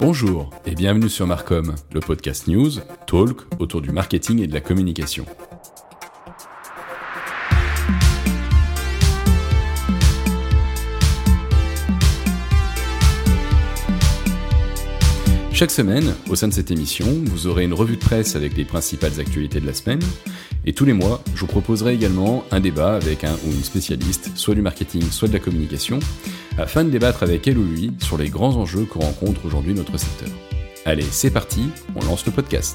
Bonjour et bienvenue sur Marcom, le podcast news, talk autour du marketing et de la communication. Chaque semaine, au sein de cette émission, vous aurez une revue de presse avec les principales actualités de la semaine. Et tous les mois, je vous proposerai également un débat avec un ou une spécialiste, soit du marketing, soit de la communication, afin de débattre avec elle ou lui sur les grands enjeux que rencontre aujourd'hui notre secteur. Allez, c'est parti, on lance le podcast.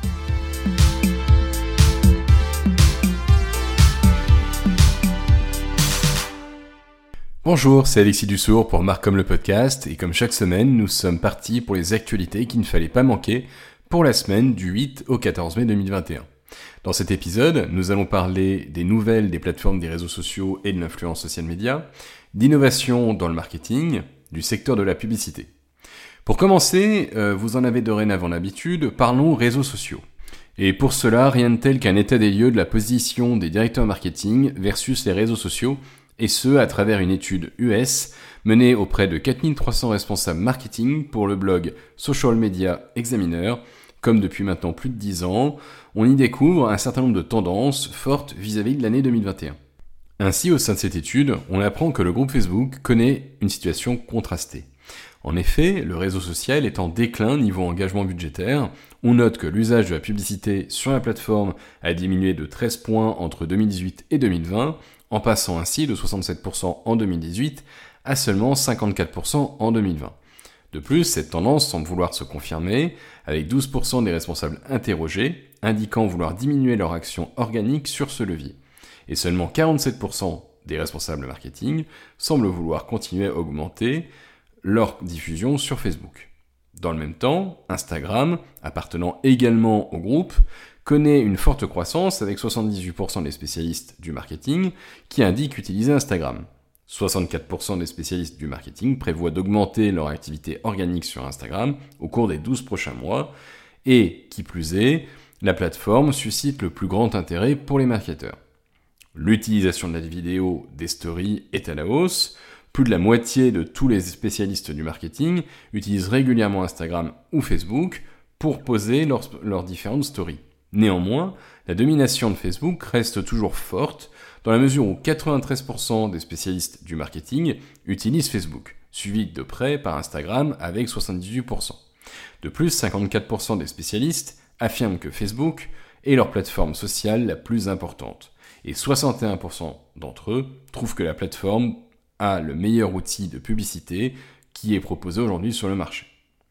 Bonjour, c'est Alexis Dussour pour Marcom le podcast, et comme chaque semaine, nous sommes partis pour les actualités qu'il ne fallait pas manquer pour la semaine du 8 au 14 mai 2021. Dans cet épisode, nous allons parler des nouvelles des plateformes des réseaux sociaux et de l'influence social média, d'innovation dans le marketing, du secteur de la publicité. Pour commencer, vous en avez dorénavant l'habitude, parlons réseaux sociaux. Et pour cela, rien de tel qu'un état des lieux de la position des directeurs marketing versus les réseaux sociaux, et ce, à travers une étude US menée auprès de 4300 responsables marketing pour le blog Social Media Examiner. Comme depuis maintenant plus de 10 ans, on y découvre un certain nombre de tendances fortes vis-à-vis de l'année 2021. Ainsi, au sein de cette étude, on apprend que le groupe Facebook connaît une situation contrastée. En effet, le réseau social est en déclin niveau engagement budgétaire. On note que l'usage de la publicité sur la plateforme a diminué de 13 points entre 2018 et 2020, en passant ainsi de 67% en 2018 à seulement 54% en 2020. De plus, cette tendance semble vouloir se confirmer, avec 12% des responsables interrogés indiquant vouloir diminuer leur action organique sur ce levier. Et seulement 47% des responsables marketing semblent vouloir continuer à augmenter leur diffusion sur Facebook. Dans le même temps, Instagram, appartenant également au groupe, connaît une forte croissance avec 78% des spécialistes du marketing qui indiquent utiliser Instagram. 64% des spécialistes du marketing prévoient d'augmenter leur activité organique sur Instagram au cours des 12 prochains mois et, qui plus est, la plateforme suscite le plus grand intérêt pour les marketeurs. L'utilisation de la vidéo des stories est à la hausse. Plus de la moitié de tous les spécialistes du marketing utilisent régulièrement Instagram ou Facebook pour poser leurs différentes stories. Néanmoins, la domination de Facebook reste toujours forte dans la mesure où 93% des spécialistes du marketing utilisent Facebook, suivi de près par Instagram avec 78%. De plus, 54% des spécialistes affirment que Facebook est leur plateforme sociale la plus importante, et 61% d'entre eux trouvent que la plateforme a le meilleur outil de publicité qui est proposé aujourd'hui sur le marché.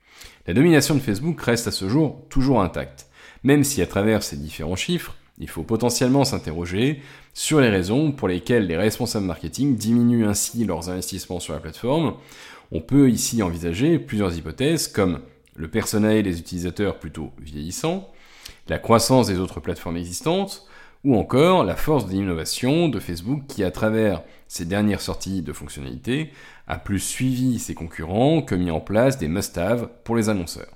La domination de Facebook reste à ce jour toujours intacte, même si à travers ces différents chiffres, il faut potentiellement s'interroger sur les raisons pour lesquelles les responsables marketing diminuent ainsi leurs investissements sur la plateforme. On peut ici envisager plusieurs hypothèses comme le personnel des utilisateurs plutôt vieillissant, la croissance des autres plateformes existantes, ou encore la force d'innovation de Facebook qui, à travers ses dernières sorties de fonctionnalités, a plus suivi ses concurrents que mis en place des must-have pour les annonceurs.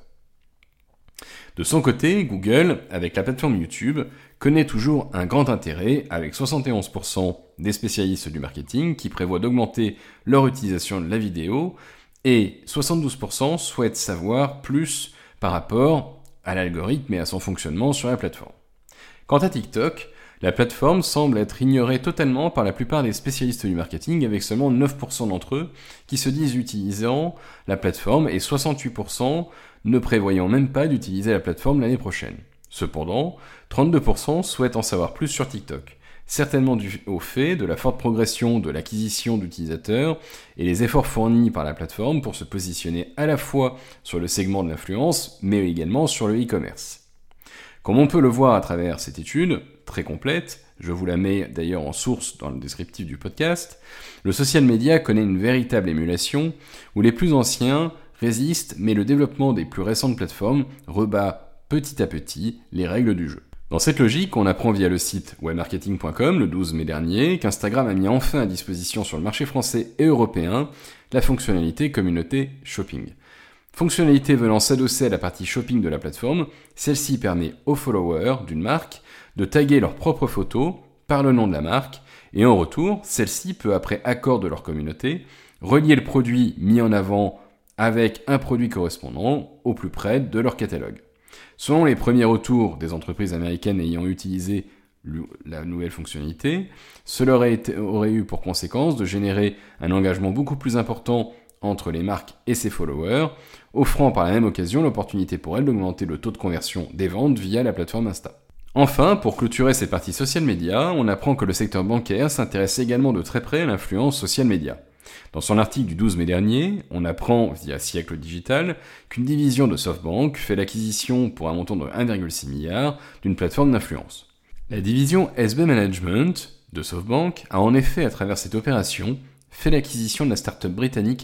De son côté, Google, avec la plateforme YouTube, connaît toujours un grand intérêt avec 71% des spécialistes du marketing qui prévoient d'augmenter leur utilisation de la vidéo et 72% souhaitent savoir plus par rapport à l'algorithme et à son fonctionnement sur la plateforme. Quant à TikTok, la plateforme semble être ignorée totalement par la plupart des spécialistes du marketing avec seulement 9% d'entre eux qui se disent utilisant la plateforme et 68% ne prévoyant même pas d'utiliser la plateforme l'année prochaine. Cependant, 32% souhaitent en savoir plus sur TikTok, certainement dû au fait de la forte progression de l'acquisition d'utilisateurs et les efforts fournis par la plateforme pour se positionner à la fois sur le segment de l'influence, mais également sur le e-commerce. Comme on peut le voir à travers cette étude, très complète, je vous la mets d'ailleurs en source dans le descriptif du podcast, le social media connaît une véritable émulation où les plus anciens résistent, mais le développement des plus récentes plateformes rebat petit à petit les règles du jeu. Dans cette logique, on apprend via le site webmarketing.com le 12 mai dernier qu'Instagram a mis enfin à disposition sur le marché français et européen la fonctionnalité communauté shopping. Fonctionnalité venant s'adosser à la partie shopping de la plateforme, celle-ci permet aux followers d'une marque de taguer leurs propres photos par le nom de la marque et en retour, celle-ci peut, après accord de leur communauté, relier le produit mis en avant avec un produit correspondant au plus près de leur catalogue. Selon les premiers retours des entreprises américaines ayant utilisé la nouvelle fonctionnalité, cela aurait eu pour conséquence de générer un engagement beaucoup plus important entre les marques et ses followers, offrant par la même occasion l'opportunité pour elles d'augmenter le taux de conversion des ventes via la plateforme Insta. Enfin, pour clôturer cette partie social media, on apprend que le secteur bancaire s'intéresse également de très près à l'influence social media. Dans son article du 12 mai dernier, on apprend, via Siècle Digital, qu'une division de SoftBank fait l'acquisition pour un montant de 1,6 milliard d'une plateforme d'influence. La division SB Management de SoftBank a en effet, à travers cette opération, fait l'acquisition de la start-up britannique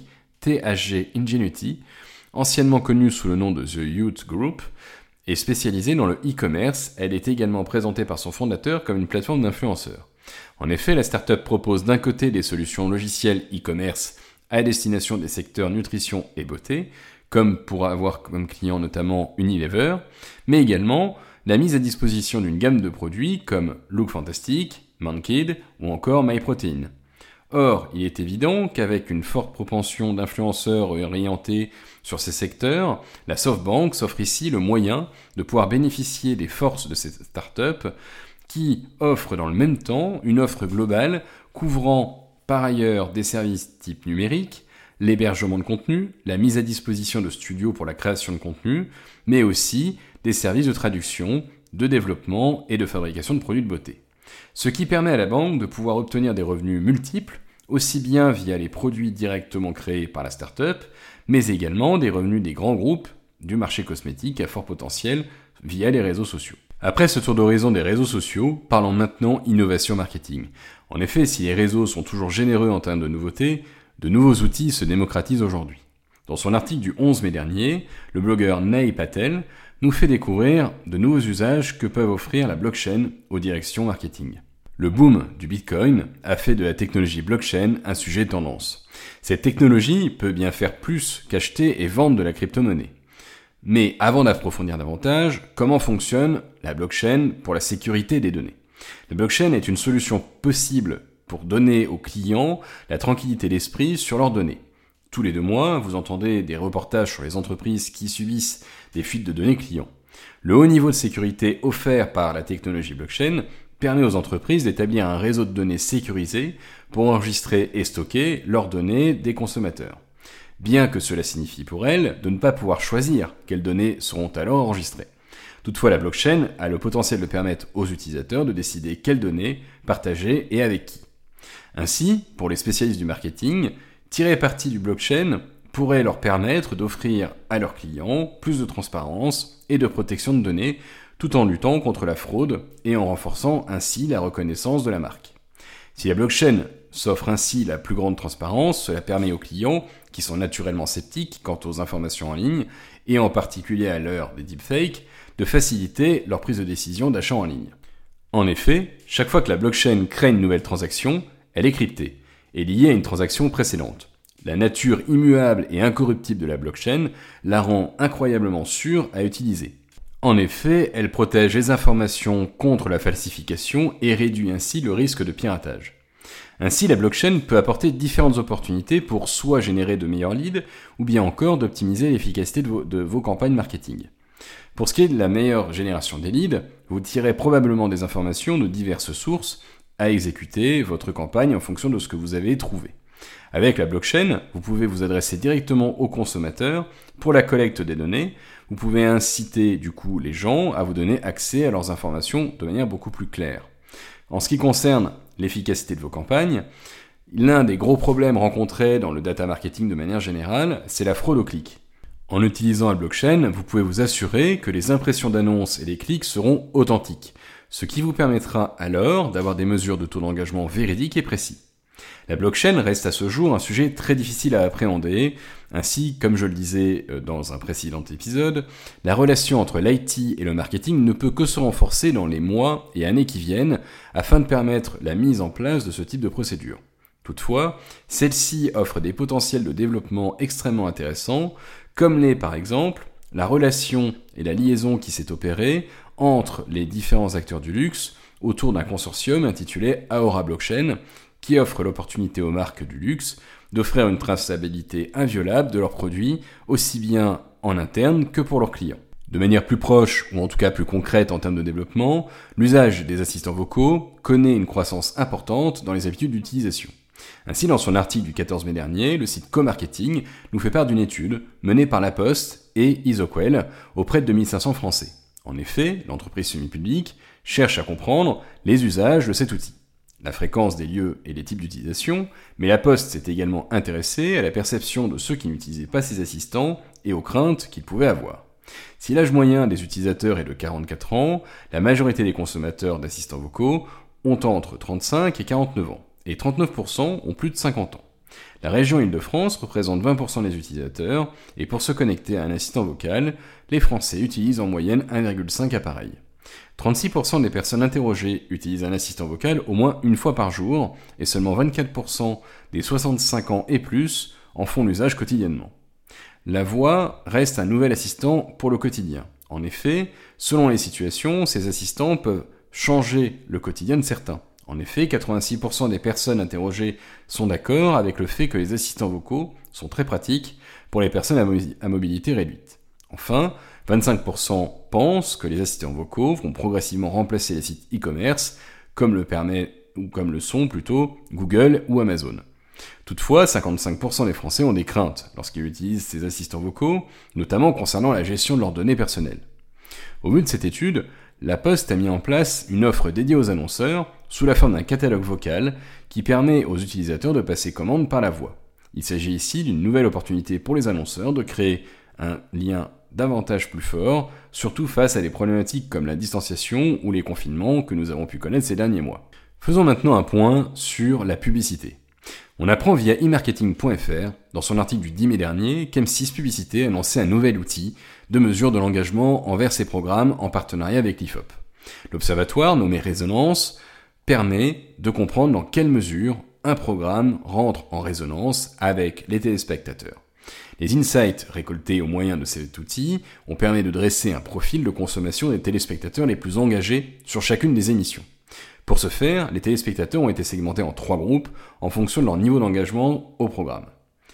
THG Ingenuity, anciennement connue sous le nom de The Youth Group, et spécialisée dans le e-commerce. Elle est également présentée par son fondateur comme une plateforme d'influenceurs. En effet, la start-up propose d'un côté des solutions logicielles e-commerce à destination des secteurs nutrition et beauté, comme pour avoir comme client notamment Unilever, mais également la mise à disposition d'une gamme de produits comme Look Fantastic, Mankid ou encore MyProtein. Or, il est évident qu'avec une forte propension d'influenceurs orientés sur ces secteurs, la SoftBank s'offre ici le moyen de pouvoir bénéficier des forces de cette start-up qui offre dans le même temps une offre globale couvrant par ailleurs des services type numérique, l'hébergement de contenu, la mise à disposition de studios pour la création de contenu, mais aussi des services de traduction, de développement et de fabrication de produits de beauté. Ce qui permet à la banque de pouvoir obtenir des revenus multiples, aussi bien via les produits directement créés par la start-up, mais également des revenus des grands groupes du marché cosmétique à fort potentiel via les réseaux sociaux. Après ce tour d'horizon des réseaux sociaux, parlons maintenant innovation marketing. En effet, si les réseaux sont toujours généreux en termes de nouveautés, de nouveaux outils se démocratisent aujourd'hui. Dans son article du 11 mai dernier, le blogueur Nay Patel nous fait découvrir de nouveaux usages que peuvent offrir la blockchain aux directions marketing. Le boom du Bitcoin a fait de la technologie blockchain un sujet de tendance. Cette technologie peut bien faire plus qu'acheter et vendre de la crypto-monnaie. Mais avant d'approfondir davantage, comment fonctionne la blockchain pour la sécurité des données ? La blockchain est une solution possible pour donner aux clients la tranquillité d'esprit sur leurs données. Tous les 2 mois, vous entendez des reportages sur les entreprises qui subissent des fuites de données clients. Le haut niveau de sécurité offert par la technologie blockchain permet aux entreprises d'établir un réseau de données sécurisé pour enregistrer et stocker leurs données des consommateurs. Bien que cela signifie pour elles de ne pas pouvoir choisir quelles données seront alors enregistrées. Toutefois, la blockchain a le potentiel de permettre aux utilisateurs de décider quelles données partager et avec qui. Ainsi, pour les spécialistes du marketing, tirer parti du blockchain pourrait leur permettre d'offrir à leurs clients plus de transparence et de protection de données, tout en luttant contre la fraude et en renforçant ainsi la reconnaissance de la marque. Si la blockchain s'offre ainsi la plus grande transparence, cela permet aux clients, qui sont naturellement sceptiques quant aux informations en ligne, et en particulier à l'heure des deepfakes, de faciliter leur prise de décision d'achat en ligne. En effet, chaque fois que la blockchain crée une nouvelle transaction, elle est cryptée et liée à une transaction précédente. La nature immuable et incorruptible de la blockchain la rend incroyablement sûre à utiliser. En effet, elle protège les informations contre la falsification et réduit ainsi le risque de piratage. Ainsi, la blockchain peut apporter différentes opportunités pour soit générer de meilleurs leads, ou bien encore d'optimiser l'efficacité de vos campagnes marketing. Pour ce qui est de la meilleure génération des leads, vous tirez probablement des informations de diverses sources à exécuter votre campagne en fonction de ce que vous avez trouvé. Avec la blockchain, vous pouvez vous adresser directement aux consommateurs pour la collecte des données. Vous pouvez inciter du coup les gens à vous donner accès à leurs informations de manière beaucoup plus claire. En ce qui concerne l'efficacité de vos campagnes, l'un des gros problèmes rencontrés dans le data marketing de manière générale, c'est la fraude au clic. En utilisant la blockchain, vous pouvez vous assurer que les impressions d'annonces et les clics seront authentiques, ce qui vous permettra alors d'avoir des mesures de taux d'engagement véridiques et précis. La blockchain reste à ce jour un sujet très difficile à appréhender. Ainsi, comme je le disais dans un précédent épisode, la relation entre l'IT et le marketing ne peut que se renforcer dans les mois et années qui viennent afin de permettre la mise en place de ce type de procédure. Toutefois, celle-ci offre des potentiels de développement extrêmement intéressants, comme l'est par exemple la relation et la liaison qui s'est opérée entre les différents acteurs du luxe autour d'un consortium intitulé Aora Blockchain, qui offre l'opportunité aux marques du luxe d'offrir une traçabilité inviolable de leurs produits, aussi bien en interne que pour leurs clients. De manière plus proche, ou en tout cas plus concrète en termes de développement, l'usage des assistants vocaux connaît une croissance importante dans les habitudes d'utilisation. Ainsi, dans son article du 14 mai dernier, le site Co-Marketing nous fait part d'une étude menée par La Poste et Isoquel auprès de 2500 Français. En effet, l'entreprise semi-publique cherche à comprendre les usages de cet outil, la fréquence des lieux et les types d'utilisation, mais La Poste s'est également intéressée à la perception de ceux qui n'utilisaient pas ces assistants et aux craintes qu'ils pouvaient avoir. Si l'âge moyen des utilisateurs est de 44 ans, la majorité des consommateurs d'assistants vocaux ont entre 35 et 49 ans, et 39% ont plus de 50 ans. La région Île-de-France représente 20% des utilisateurs, et pour se connecter à un assistant vocal, les Français utilisent en moyenne 1,5 appareils. 36% des personnes interrogées utilisent un assistant vocal au moins une fois par jour, et seulement 24% des 65 ans et plus en font l'usage quotidiennement. La voix reste un nouvel assistant pour le quotidien. En effet, selon les situations, ces assistants peuvent changer le quotidien de certains. En effet, 86% des personnes interrogées sont d'accord avec le fait que les assistants vocaux sont très pratiques pour les personnes à mobilité réduite. Enfin, 25% pensent que les assistants vocaux vont progressivement remplacer les sites e-commerce, comme le sont plutôt Google ou Amazon. Toutefois, 55% des Français ont des craintes lorsqu'ils utilisent ces assistants vocaux, notamment concernant la gestion de leurs données personnelles. Au vu de cette étude, La Poste a mis en place une offre dédiée aux annonceurs sous la forme d'un catalogue vocal qui permet aux utilisateurs de passer commande par la voix. Il s'agit ici d'une nouvelle opportunité pour les annonceurs de créer un lien davantage plus fort, surtout face à des problématiques comme la distanciation ou les confinements que nous avons pu connaître ces derniers mois. Faisons maintenant un point sur la publicité. On apprend via eMarketing.fr, dans son article du 10 mai dernier, qu'M6 Publicité a lancé un nouvel outil de mesure de l'engagement envers ses programmes en partenariat avec l'IFOP. L'observatoire, nommé Résonance, permet de comprendre dans quelle mesure un programme rentre en résonance avec les téléspectateurs. Les insights récoltés au moyen de cet outil ont permis de dresser un profil de consommation des téléspectateurs les plus engagés sur chacune des émissions. Pour ce faire, les téléspectateurs ont été segmentés en 3 groupes en fonction de leur niveau d'engagement au programme.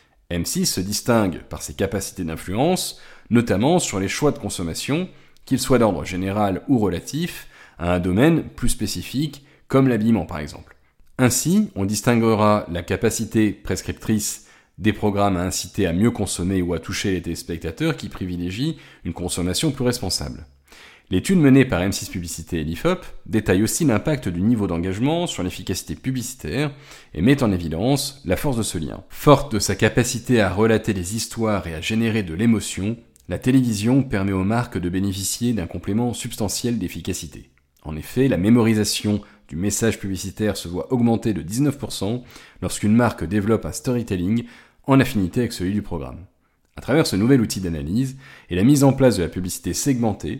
M6 se distingue par ses capacités d'influence, notamment sur les choix de consommation, qu'ils soient d'ordre général ou relatif, à un domaine plus spécifique, comme l'habillement par exemple. Ainsi, on distinguera la capacité prescriptrice des programmes à inciter à mieux consommer ou à toucher les téléspectateurs qui privilégient une consommation plus responsable. L'étude menée par M6 Publicité et l'IFOP détaille aussi l'impact du niveau d'engagement sur l'efficacité publicitaire et met en évidence la force de ce lien. Forte de sa capacité à relater les histoires et à générer de l'émotion, la télévision permet aux marques de bénéficier d'un complément substantiel d'efficacité. En effet, la mémorisation du message publicitaire se voit augmenter de 19% lorsqu'une marque développe un storytelling en affinité avec celui du programme. À travers ce nouvel outil d'analyse et la mise en place de la publicité segmentée,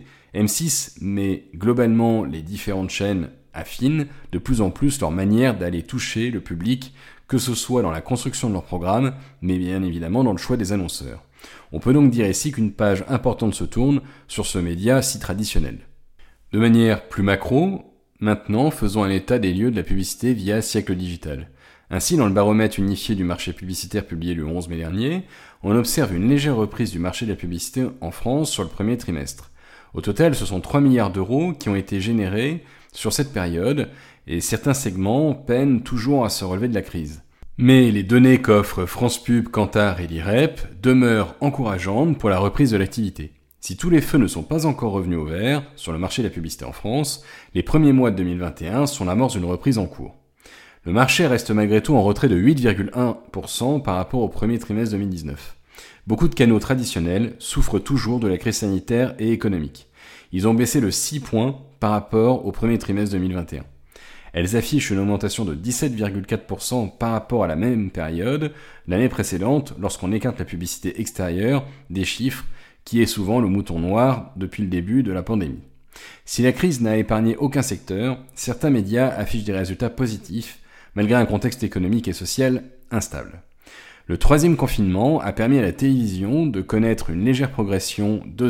M6 met globalement les différentes chaînes affinent de plus en plus leur manière d'aller toucher le public, que ce soit dans la construction de leur programme, mais bien évidemment dans le choix des annonceurs. On peut donc dire ici qu'une page importante se tourne sur ce média si traditionnel. De manière plus macro, maintenant faisons un état des lieux de la publicité via Siècle Digital. Ainsi, dans le baromètre unifié du marché publicitaire publié le 11 mai dernier, on observe une légère reprise du marché de la publicité en France sur le premier trimestre. Au total, ce sont 3 milliards d'euros qui ont été générés sur cette période, et certains segments peinent toujours à se relever de la crise. Mais les données qu'offrent France Pub, Kantar et l'IREP demeurent encourageantes pour la reprise de l'activité. Si tous les feux ne sont pas encore revenus au vert sur le marché de la publicité en France, les premiers mois de 2021 sont l'amorce d'une reprise en cours. Le marché reste malgré tout en retrait de 8,1% par rapport au premier trimestre 2019. Beaucoup de canaux traditionnels souffrent toujours de la crise sanitaire et économique. Ils ont baissé de 6 points par rapport au premier trimestre 2021. Elles affichent une augmentation de 17,4% par rapport à la même période l'année précédente lorsqu'on écarte la publicité extérieure des chiffres qui est souvent le mouton noir depuis le début de la pandémie. Si la crise n'a épargné aucun secteur, certains médias affichent des résultats positifs malgré un contexte économique et social instable. Le troisième confinement a permis à la télévision de connaître une légère progression de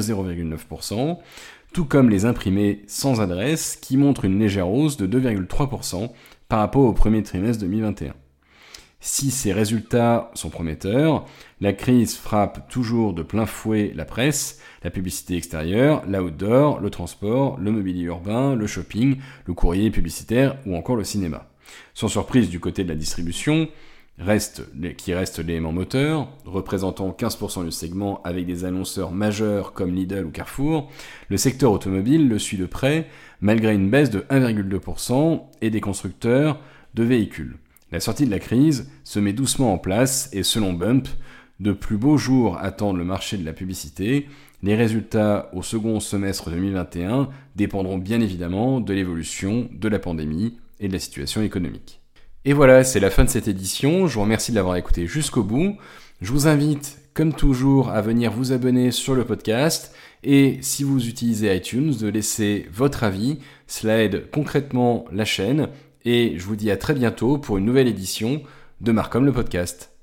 0,9%, tout comme les imprimés sans adresse qui montrent une légère hausse de 2,3% par rapport au premier trimestre 2021. Si ces résultats sont prometteurs, la crise frappe toujours de plein fouet la presse, la publicité extérieure, l'outdoor, le transport, le mobilier urbain, le shopping, le courrier publicitaire ou encore le cinéma. Sans surprise du côté de la distribution, qui reste l'élément moteur, représentant 15% du segment avec des annonceurs majeurs comme Lidl ou Carrefour, le secteur automobile le suit de près malgré une baisse de 1,2% et des constructeurs de véhicules. La sortie de la crise se met doucement en place et selon Bump, de plus beaux jours attendent le marché de la publicité. Les résultats au second semestre 2021 dépendront bien évidemment de l'évolution de la pandémie et de la situation économique. Et voilà, c'est la fin de cette édition. Je vous remercie de l'avoir écouté jusqu'au bout. Je vous invite, comme toujours, à venir vous abonner sur le podcast et si vous utilisez iTunes, de laisser votre avis. Cela aide concrètement la chaîne. Et je vous dis à très bientôt pour une nouvelle édition de Marcom le podcast.